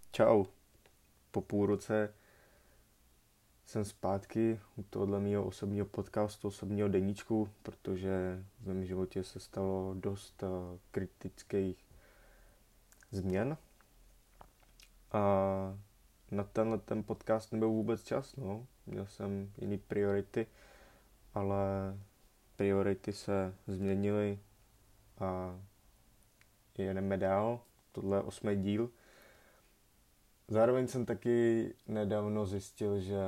Čau, po půl roce jsem zpátky u tohohle mého osobního podcastu, osobního deníčku, protože v mém životě se stalo dost kritických změn a na ten podcast nebyl vůbec čas, no. Měl jsem jiný priority, ale priority se změnily a jedeme dál. Tohle je 8. díl. Zároveň jsem taky nedávno zjistil, že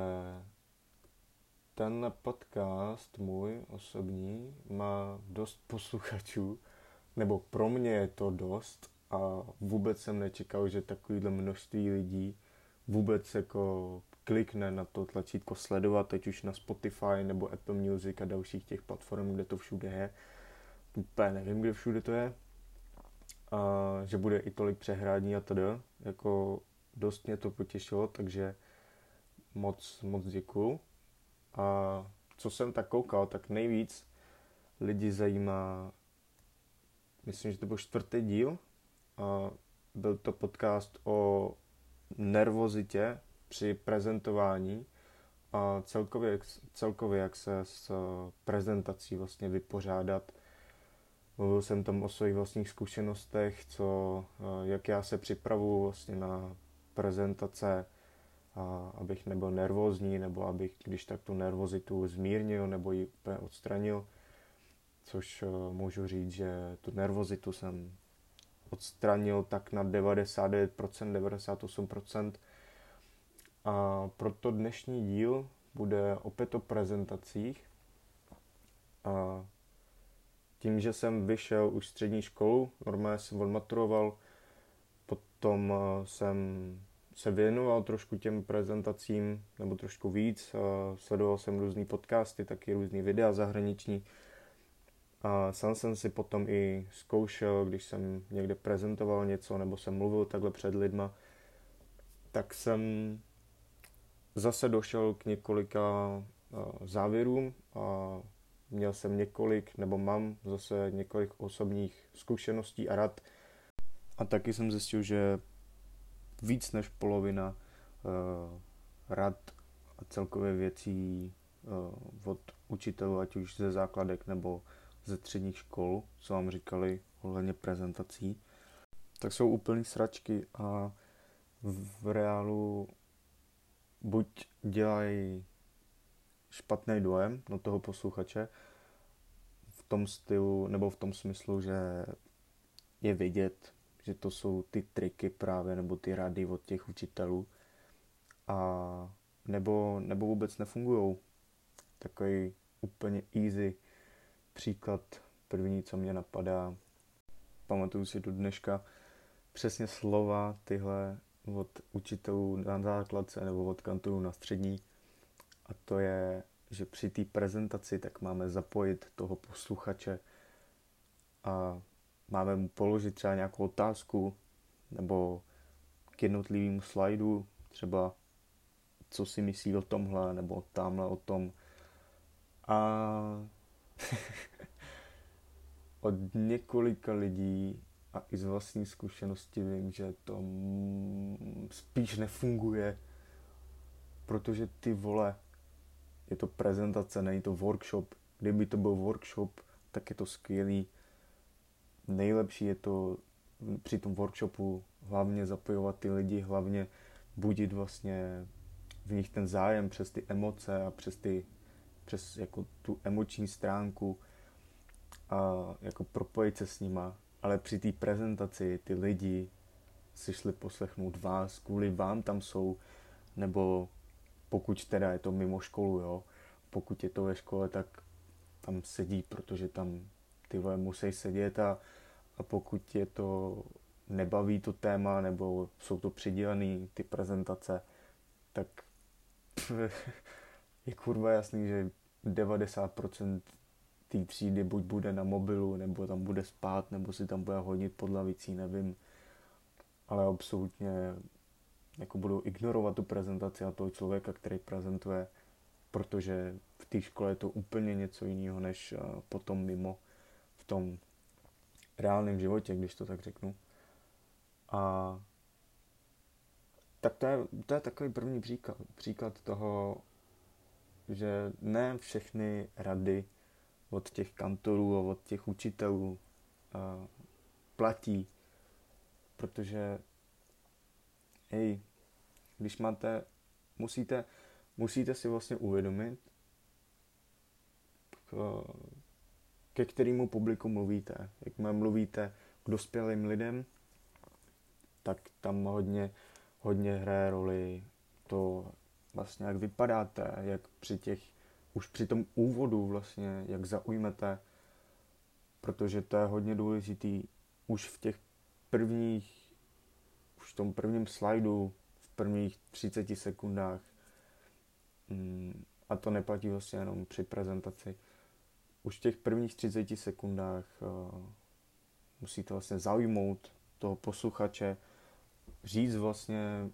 ten podcast můj osobní má dost posluchačů, nebo pro mě je to dost a vůbec jsem nečekal, že takovýhle množství lidí vůbec jako klikne na to tlačítko sledovat, teď už na Spotify nebo Apple Music a dalších těch platform, kde to všude je. Úplně nevím, kde všude to je. A že bude i tolik přehrání a tedy. Jako dost mě to potěšilo, takže moc děkuju. A co jsem tak koukal, tak nejvíc lidi zajímá, myslím, že to byl 4. díl, a byl to podcast o nervozitě při prezentování a celkově jak se s prezentací vlastně vypořádat. Mluvil jsem tam o svých vlastních zkušenostech, jak já se připravuju vlastně na prezentace, a abych nebyl nervózní, nebo abych když tak tu nervozitu zmírnil nebo ji úplně odstranil, což můžu říct, že tu nervozitu jsem odstranil tak na 99%, 98%. A proto dnešní díl bude opět o prezentacích. A tím, že jsem vyšel už střední školu, normálně jsem odmaturoval, potom jsem se věnoval trošku těm prezentacím, nebo trošku víc. Sledoval jsem různý podcasty, taky různý videa zahraniční. A sám jsem si potom i zkoušel, když jsem někde prezentoval něco, nebo jsem mluvil takhle před lidma, tak jsem zase došel k několika závěrům a měl jsem mám zase několik osobních zkušeností a rad. A taky jsem zjistil, že víc než polovina rad a celkově věcí od učitelů, ať už ze základek nebo ze středních škol, co vám říkali ohledně prezentací, tak jsou úplný sračky a v reálu buď dělají špatný dojem na toho posluchače v tom stylu, nebo v tom smyslu, že je vidět, že to jsou ty triky právě, nebo ty rady od těch učitelů, a nebo vůbec nefungujou. Takový úplně easy příklad první, co mě napadá. Pamatuju si do dneška přesně slova tyhle od učitelů na základce nebo od kantorů na střední, a to je, že při té prezentaci tak máme zapojit toho posluchače a máme mu položit třeba nějakou otázku nebo k jednotlivému slajdu, třeba co si myslí o tomhle nebo tamhle o tom. A od několika lidí a i z vlastní zkušenosti vím, že to spíš nefunguje, protože ty vole, je to prezentace, není to workshop. Kdyby to byl workshop, tak je to skvělý. Nejlepší je to při tom workshopu hlavně zapojovat ty lidi, hlavně budit vlastně v nich ten zájem přes ty emoce a přes jako tu emoční stránku a jako propojit se s nima. Ale při té prezentaci ty lidi si šli poslechnout vás, kvůli vám tam jsou, nebo pokud teda je to mimo školu, jo. Pokud je to ve škole, tak tam sedí, protože tam ty vole musí sedět, a pokud je to nebaví to téma, nebo jsou to přidělené ty prezentace, tak je kurva jasný, že 90% té třídy buď bude na mobilu, nebo tam bude spát, nebo si tam bude honit pod lavicí, nevím. Ale absolutně jako budou ignorovat tu prezentaci a toho člověka, který prezentuje, protože v té škole je to úplně něco jiného, než potom mimo v tom reálném životě, když to tak řeknu. A Tak to je takový první příklad toho, že ne všechny rady od těch kantorů a od těch učitelů platí, protože když musíte si vlastně uvědomit, ke kterému publiku mluvíte. Jakmile mluvíte k dospělým lidem, tak tam hodně hraje roli to vlastně, jak vypadáte, jak už při tom úvodu vlastně, jak zaujmete, protože to je hodně důležitý už v tom prvním slajdu, v prvních 30 sekundách. A to neplatí vlastně jenom při prezentaci. Už v těch prvních 30 sekundách musíte vlastně zaujmout toho posluchače, říct vlastně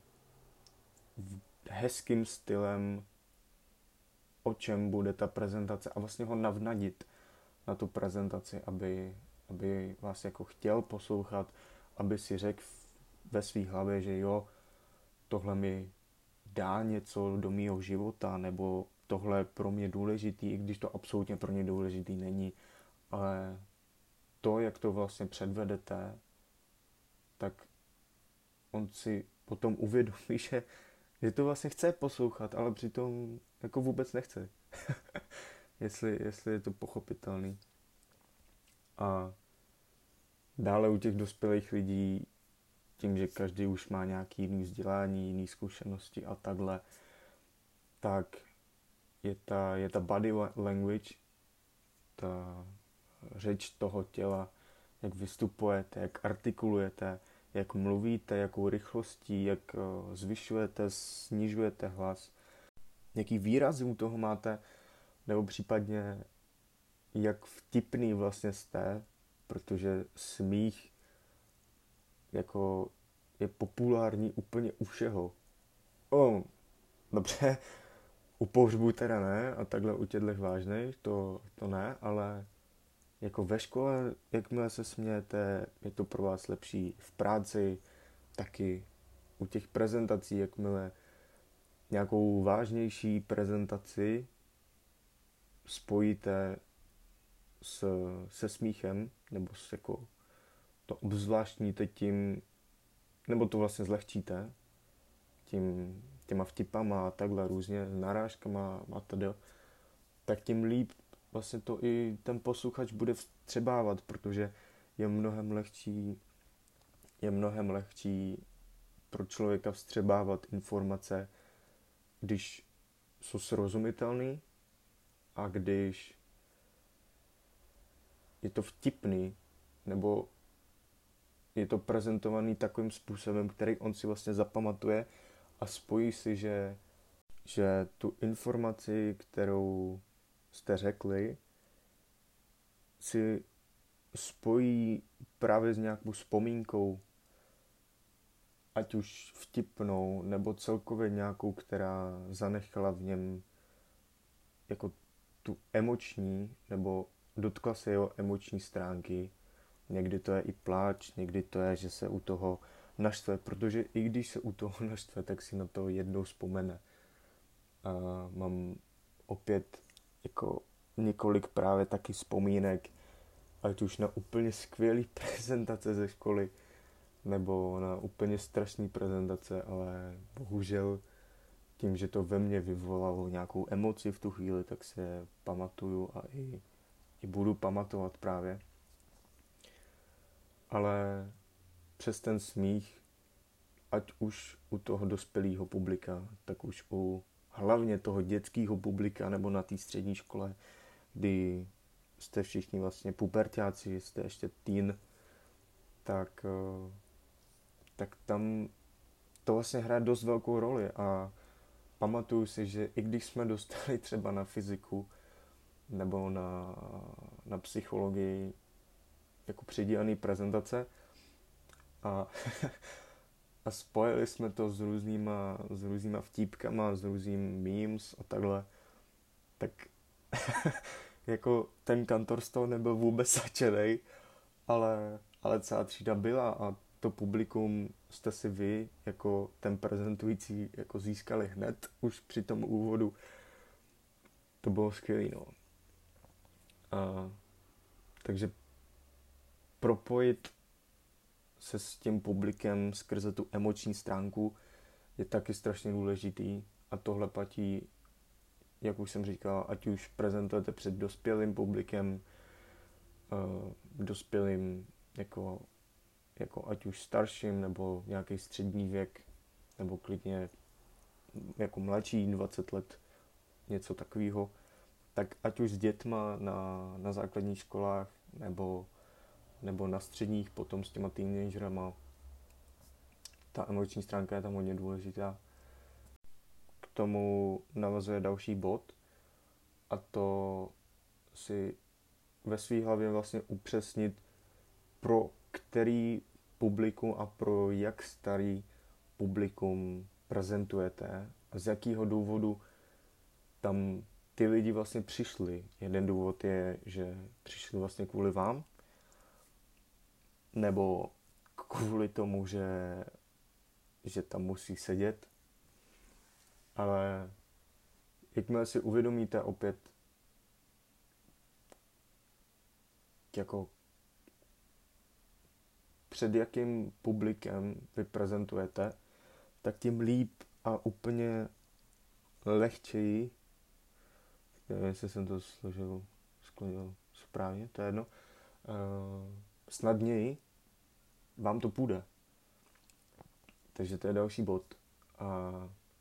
hezkým stylem, o čem bude ta prezentace a vlastně ho navnadit na tu prezentaci, aby vás jako chtěl poslouchat, aby si řekl ve své hlavě, že jo, tohle mi dá něco do mýho života, nebo tohle je pro mě důležitý, i když to absolutně pro mě důležitý není, ale to, jak to vlastně předvedete, tak on si potom uvědomí, že to vlastně chce poslouchat, ale přitom jako vůbec nechce. jestli je to pochopitelný. A dále u těch dospělých lidí, tím, že každý už má nějaký jiný vzdělání, jiný zkušenosti a takhle, tak je ta body language, ta řeč toho těla, jak vystupujete, jak artikulujete, jak mluvíte, jakou rychlostí, jak zvyšujete, snižujete hlas, jaký výrazy u toho máte, nebo případně jak vtipný vlastně jste, protože smích jako je populární úplně u všeho. Dobře, u pohřbu teda ne, a takhle u těchto vážných, to ne, ale jako ve škole, jakmile se smějete, je to pro vás lepší v práci, taky u těch prezentací, jakmile nějakou vážnější prezentaci spojíte se smíchem, nebo jako to obzvláštníte tím, nebo to vlastně zlehčíte těma vtipama a takhle různě, narážkama a tedy, tak tím líp vlastně to i ten posluchač bude vstřebávat, protože je mnohem lehčí pro člověka vstřebávat informace, když jsou srozumitelný a když je to vtipný, nebo je to prezentovaný takovým způsobem, který on si vlastně zapamatuje a spojí si, že tu informaci, kterou jste řekli, si spojí právě s nějakou vzpomínkou, ať už vtipnou, nebo celkově nějakou, která zanechala v něm jako tu emoční, nebo dotkla se jeho emoční stránky. Někdy to je i pláč, někdy to je, že se u toho naštve, protože i když se u toho naštve, tak si na to jednou vzpomene. A mám opět jako několik právě taky vzpomínek, ať už na úplně skvělý prezentace ze školy, nebo na úplně strašný prezentace, ale bohužel tím, že to ve mně vyvolalo nějakou emoci v tu chvíli, tak se pamatuju a i budu pamatovat právě. Ale přes ten smích, ať už u toho dospělého publika, tak už u hlavně toho dětského publika nebo na té střední škole, kdy jste všichni vlastně puberťáci, jste ještě teen, tak tam to vlastně hraje dost velkou roli a pamatuju si, že i když jsme dostali třeba na fyziku nebo na psychologii jako přidělaný prezentace a spojili jsme to s různýma vtípkama, s různým memes a takhle, tak jako ten kantor z toho nebyl vůbec nadšenej, ale celá třída byla a to publikum jste si vy, jako ten prezentující, jako získali hned už při tom úvodu. To bylo skvělý, no. Takže propojit se s tím publikem skrze tu emoční stránku je taky strašně důležitý a tohle platí, jak už jsem říkal, ať už prezentujete před dospělým publikem, dospělým jako ať už starším, nebo nějaký střední věk, nebo klidně jako mladší, 20 let, něco takového, tak ať už s dětma na základních školách, nebo na středních, potom s těma teenagerama, ta emoční stránka je tam hodně důležitá. K tomu navazuje další bod, a to si ve své hlavě vlastně upřesnit, pro který publikum a pro jak starý publikum prezentujete a z jakého důvodu tam ty lidi vlastně přišli. Jeden důvod je, že přišli vlastně kvůli vám, nebo kvůli tomu, že tam musí sedět. Ale jakmile si uvědomíte opět, jako před jakým publikem vy prezentujete, tak tím líp a úplně lehčeji, nevím, jestli jsem to složil správně, to je jedno, snadněji vám to půjde. Takže to je další bod. A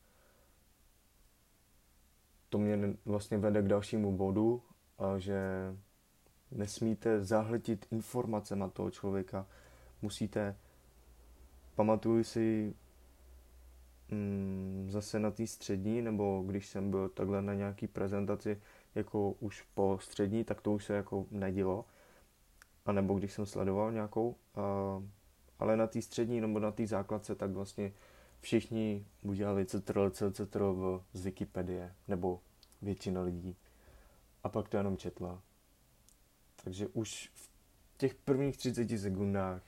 to mě vlastně vede k dalšímu bodu, že nesmíte zahltit informacema toho člověka. Pamatuju si zase na té střední, nebo když jsem byl takhle na nějaký prezentaci, jako už po střední, tak to už se jako nedělo. A nebo když jsem sledoval nějakou, ale na té střední nebo na té základce, tak vlastně všichni udělali CTRL z Wikipedie, nebo většina lidí. A pak to jenom četla. Takže už v těch prvních 30 sekundách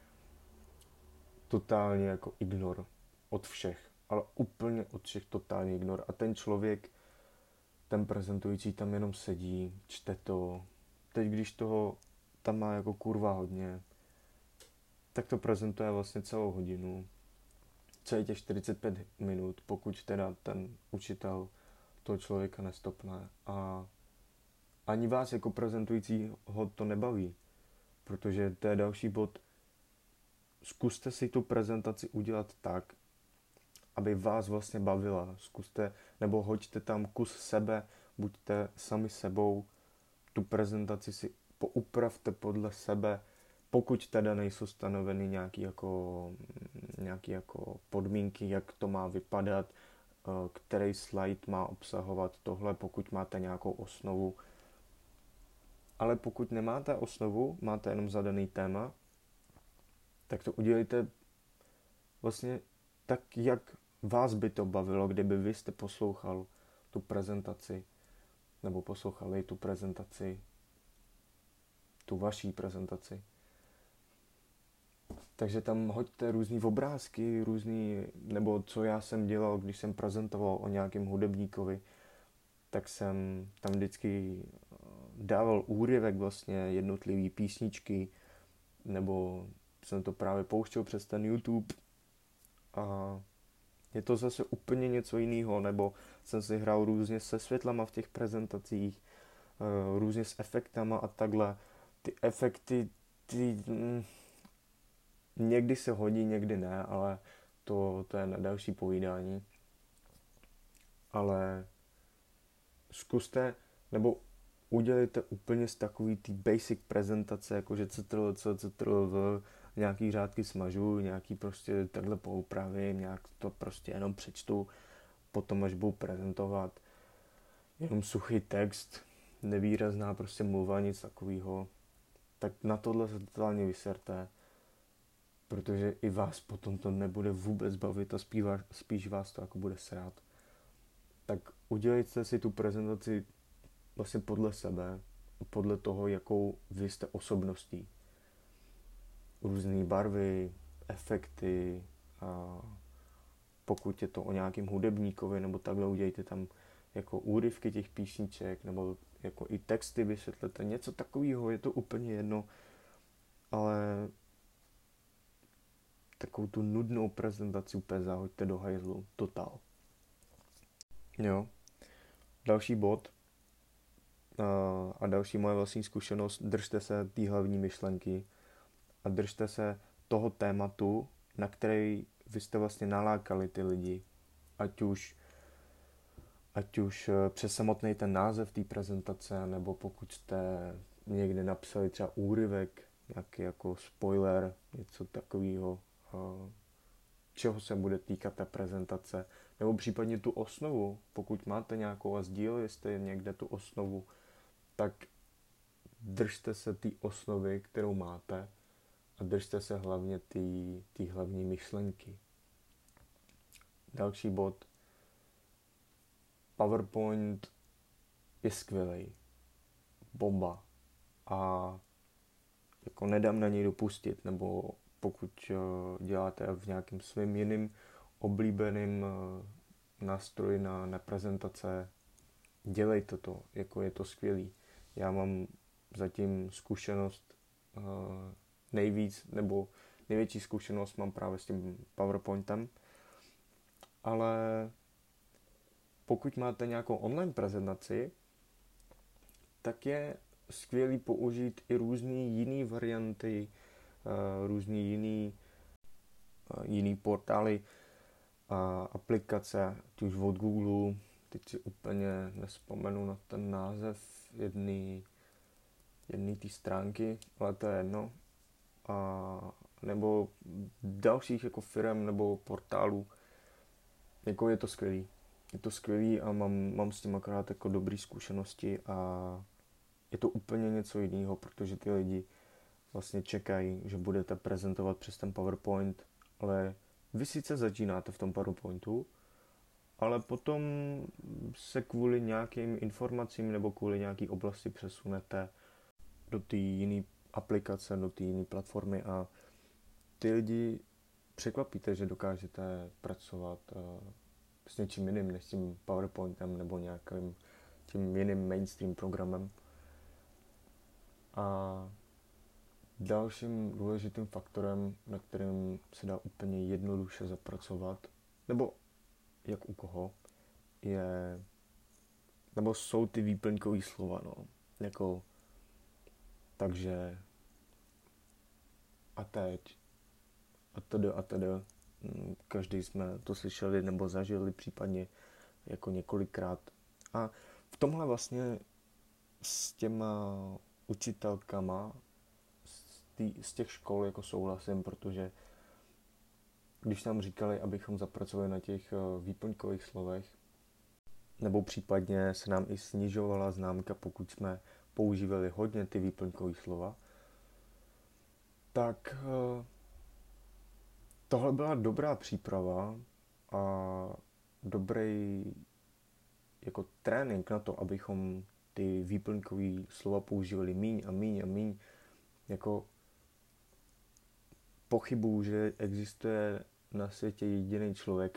totálně jako ignor od všech, ale úplně od všech totálně ignor. A ten člověk, ten prezentující tam jenom sedí, čte to. Teď, když toho tam má jako kurva hodně, tak to prezentuje vlastně celou hodinu. Celý těch 45 minut, pokud teda ten učitel toho člověka nestopne. A ani vás jako prezentující ho to nebaví, protože to je další bod. Zkuste si tu prezentaci udělat tak, aby vás vlastně bavila. Zkuste, nebo hoďte tam kus sebe, buďte sami sebou, tu prezentaci si poupravte podle sebe, pokud teda nejsou stanoveny nějaký jako podmínky, jak to má vypadat, který slide má obsahovat tohle, pokud máte nějakou osnovu. Ale pokud nemáte osnovu, máte jenom zadaný téma, tak to udělejte vlastně tak, jak vás by to bavilo, kdyby vy jste poslouchal tu prezentaci, nebo poslouchali tu prezentaci, tu vaší prezentaci. Takže tam hoďte různý obrázky, nebo co já jsem dělal, když jsem prezentoval o nějakém hudebníkovi, tak jsem tam vždycky dával úryvek vlastně jednotlivý písničky, nebo jsem to právě pouštěl přes ten YouTube a je to zase úplně něco jiného, nebo jsem si hrál různě se světlama v těch prezentacích, různě s efektama a takhle. Ty efekty, někdy se hodí, někdy ne, ale to je na další povídání. Ale zkuste, nebo udělejte úplně z takový ty basic prezentace, jakože CTRL, nějaký řádky smažu, nějaký prostě takhle poupravím, nějak to prostě jenom přečtu, potom až budu prezentovat. Jenom suchý text, nevýrazná prostě mluva, nic takového. Tak na tohle se totálně vyserte, protože i vás potom to nebude vůbec bavit a spíš vás to jako bude srát. Tak udělejte si tu prezentaci vlastně podle sebe, podle toho, jakou vy jste osobností. Různé barvy, efekty, a pokud je to o nějakém hudebníkovi nebo takhle, udějte tam jako úryvky těch písniček nebo jako i texty vysvětlete, něco takového, je to úplně jedno, ale takovou tu nudnou prezentaci úplně zahoďte do hajzlu, totál. Jo. Další bod a další moje vlastní zkušenost, držte se té hlavní myšlenky a držte se toho tématu, na který vy jste vlastně nalákali ty lidi, ať už přes samotný ten název té prezentace, nebo pokud jste někde napsali třeba úryvek, nějaký jako spoiler, něco takového, čeho se bude týkat té prezentace, nebo případně tu osnovu, pokud máte nějakou a sdíleli jste někde tu osnovu, tak držte se té osnovy, kterou máte a držte se hlavně té hlavní myšlenky. Další bod. PowerPoint je skvělej. Bomba. A jako nedám na něj dopustit, nebo pokud děláte v nějakým svým jiným oblíbeným nástroji na prezentace, dělejte to, jako je to skvělý. Já mám zatím zkušenost nejvíc, nebo největší zkušenost mám právě s tím PowerPointem, ale pokud máte nějakou online prezentaci, tak je skvělý použít i různý jiný varianty, různý jiný portály a aplikace, ať už od Google, teď si úplně nespomenu na ten název jedné té stránky, ale to je jedno, nebo dalších jako firem nebo portálů, jako je to skvělý. Je to skvělý a mám s tím akorát jako dobrý zkušenosti a je to úplně něco jiného, protože ty lidi vlastně čekají, že budete prezentovat přes ten PowerPoint, ale vy sice začínáte v tom PowerPointu, ale potom se kvůli nějakým informacím nebo kvůli nějaký oblasti přesunete do té jiné aplikace, do té jiné platformy a ty lidi překvapíte, že dokážete pracovat s něčím jiným než tím PowerPointem nebo nějakým tím jiným mainstream programem. A dalším důležitým faktorem, na kterém se dá úplně jednoduše zapracovat, nebo jak u koho, jsou ty výplňkové slova, no. Jako takže a teď a tedy. Každý jsme to slyšeli nebo zažili případně jako několikrát. A v tomhle vlastně s těma učitelkama z těch škol jako souhlasím, protože když nám říkali, abychom zapracovali na těch výplňkových slovech, nebo případně se nám i snižovala známka, pokud jsme používali hodně ty výplňkové slova, tak tohle byla dobrá příprava a dobrý jako trénink na to, abychom ty výplňkové slova používali míň a míň a míň. Jako pochybuju, že existuje na světě jediný člověk,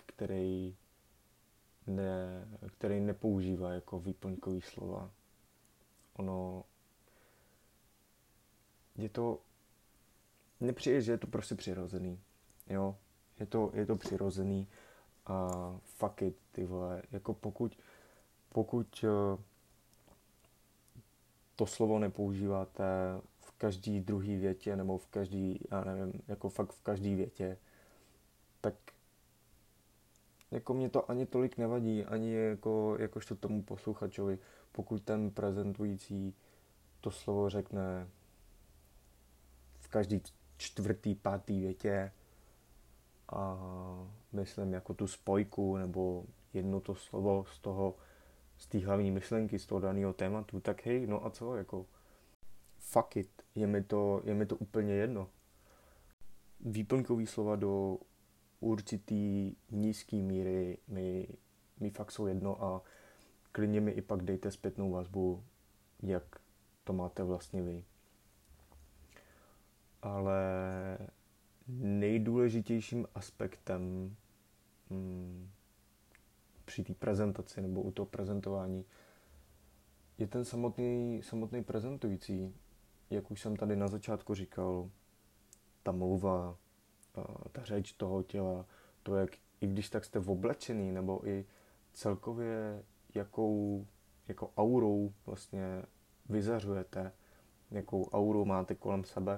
který nepoužívá jako výplňkový slova. Mně přijde, že je to prostě přirozený. Jo, je to přirozený a fuck it, ty vole, jako pokud to slovo nepoužíváte v každý druhý větě nebo v každý, já nevím, jako fakt v každý větě, tak jako mě to ani tolik nevadí, ani jakožto tomu posluchačovi, pokud ten prezentující to slovo řekne v každý čtvrtý, pátý větě a myslím jako tu spojku nebo jedno to slovo z té hlavní myšlenky, z toho daného tématu, tak hej, no a co, jako fuck it, je mi to úplně jedno. Výplňkový slova do určitý nízký míry mi fakt jsou jedno a klidně mi i pak dejte zpětnou vazbu, jak to máte vlastně vy. Ale nejdůležitějším aspektem při té prezentaci nebo u toho prezentování je ten samotný prezentující. Jak už jsem tady na začátku říkal, ta mluva, ta řeč toho těla, to, jak i když tak jste oblečený, nebo i celkově jakou aurou vlastně vyzařujete, jakou auru máte kolem sebe,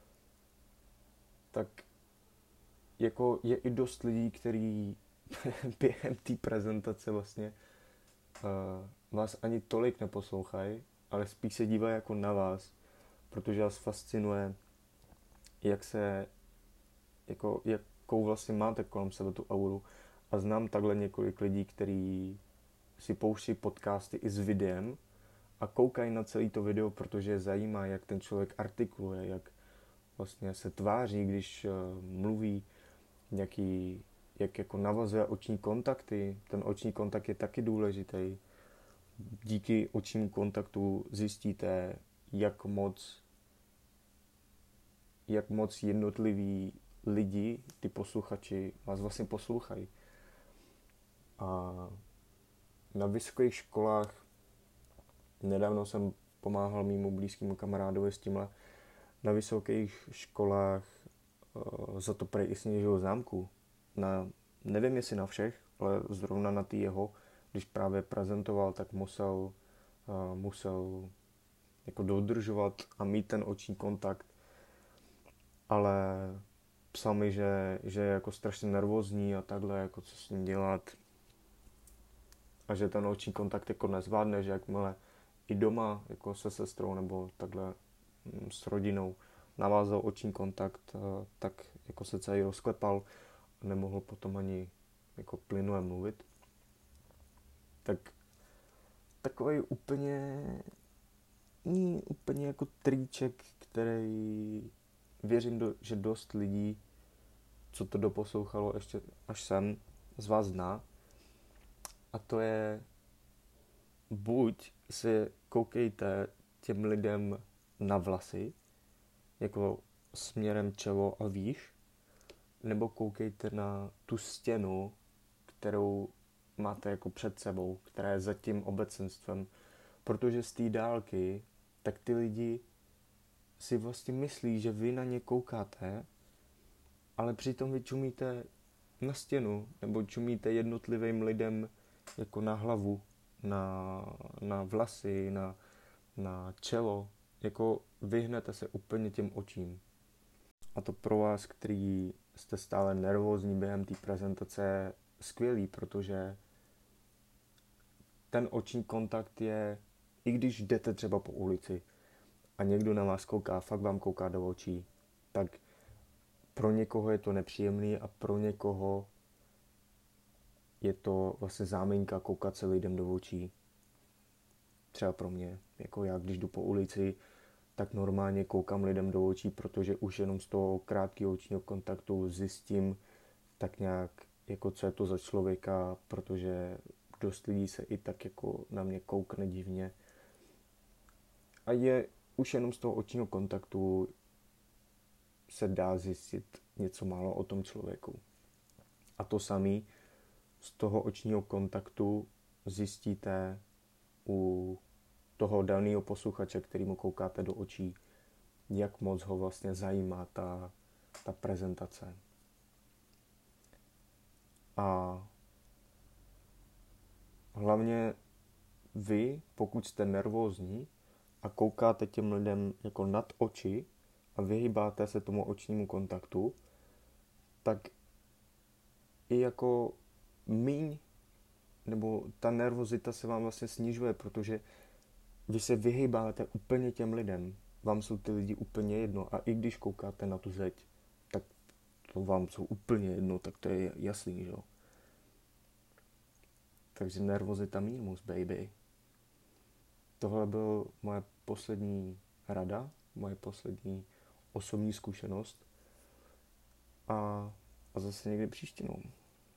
tak jako je i dost lidí, kteří během té prezentace vlastně vás ani tolik neposlouchají, ale spíš se dívají jako na vás, protože vás fascinuje, jakou vlastně máte kolem sebe tu auru. A znám takhle několik lidí, kteří si pouští podcasty i s videem a koukají na celé to video, protože je zajímá, jak ten člověk artikuluje, jak vlastně se tváří, když mluví, jak jako navazuje oční kontakty. Ten oční kontakt je taky důležitý. Díky očnímu kontaktu zjistíte, jak moc jednotliví lidi, ty posluchači, vás vlastně poslouchají. A na vysokých školách, nedávno jsem pomáhal mému blízkému kamarádovi s tímhle, na vysokých školách za to prej i snížil známku. Nevím jestli na všech, ale zrovna na ty jeho, když právě prezentoval, tak musel jako dodržovat a mít ten oční kontakt, ale psal mi, že je jako strašně nervózní a takhle, jako co s ním dělat a že ten oční kontakt jako nezvládne, že jakmile i doma jako se sestrou nebo takhle s rodinou navázal oční kontakt, tak jako se celý rozklepal a nemohl potom ani jako plynule mluvit. Tak takový úplně jako triček, který věřím, že dost lidí, co to doposlouchalo ještě až sem, z vás zná. A to je, buď se koukejte těm lidem na vlasy, jako směrem čelo a výš, nebo koukejte na tu stěnu, kterou máte jako před sebou, která je za tím obecenstvem. Protože z té dálky, tak ty lidi si vlastně myslí, že vy na ně koukáte, ale přitom vy čumíte na nebo čumíte jednotlivým lidem jako na hlavu, na vlasy, na čelo, jako vyhnete se úplně těm očím. A to pro vás, který jste stále nervózní během té prezentace, je skvělý, protože ten oční kontakt je, i když jdete třeba po ulici a někdo na vás kouká, fakt vám kouká do očí, tak pro někoho je to nepříjemný a pro někoho je to vlastně záminka koukat se lidem do očí. Třeba pro mě, jako já, když jdu po ulici, tak normálně koukám lidem do očí, protože už jenom z toho krátkého očního kontaktu zjistím tak nějak, jako co je to za člověka, protože dost lidí se i tak jako na mě koukne divně. A je už jenom z toho očního kontaktu se dá zjistit něco málo o tom člověku. A to samé z toho očního kontaktu zjistíte u toho daného posluchače, kterýmu koukáte do očí, jak moc ho vlastně zajímá ta prezentace. A hlavně vy, pokud jste nervózní a koukáte těm lidem jako nad oči a vyhýbáte se tomu očnímu kontaktu, tak i jako míň, nebo ta nervozita se vám vlastně snižuje, protože vy se vyhýbáte úplně těm lidem. Vám jsou ty lidi úplně jedno a i když koukáte na tu zeď, tak to vám jsou úplně jedno, tak to je jasný, že jo. Takže nervozita minus, baby. Tohle byl moje poslední rada, moje poslední osobní zkušenost a zase někdy příště.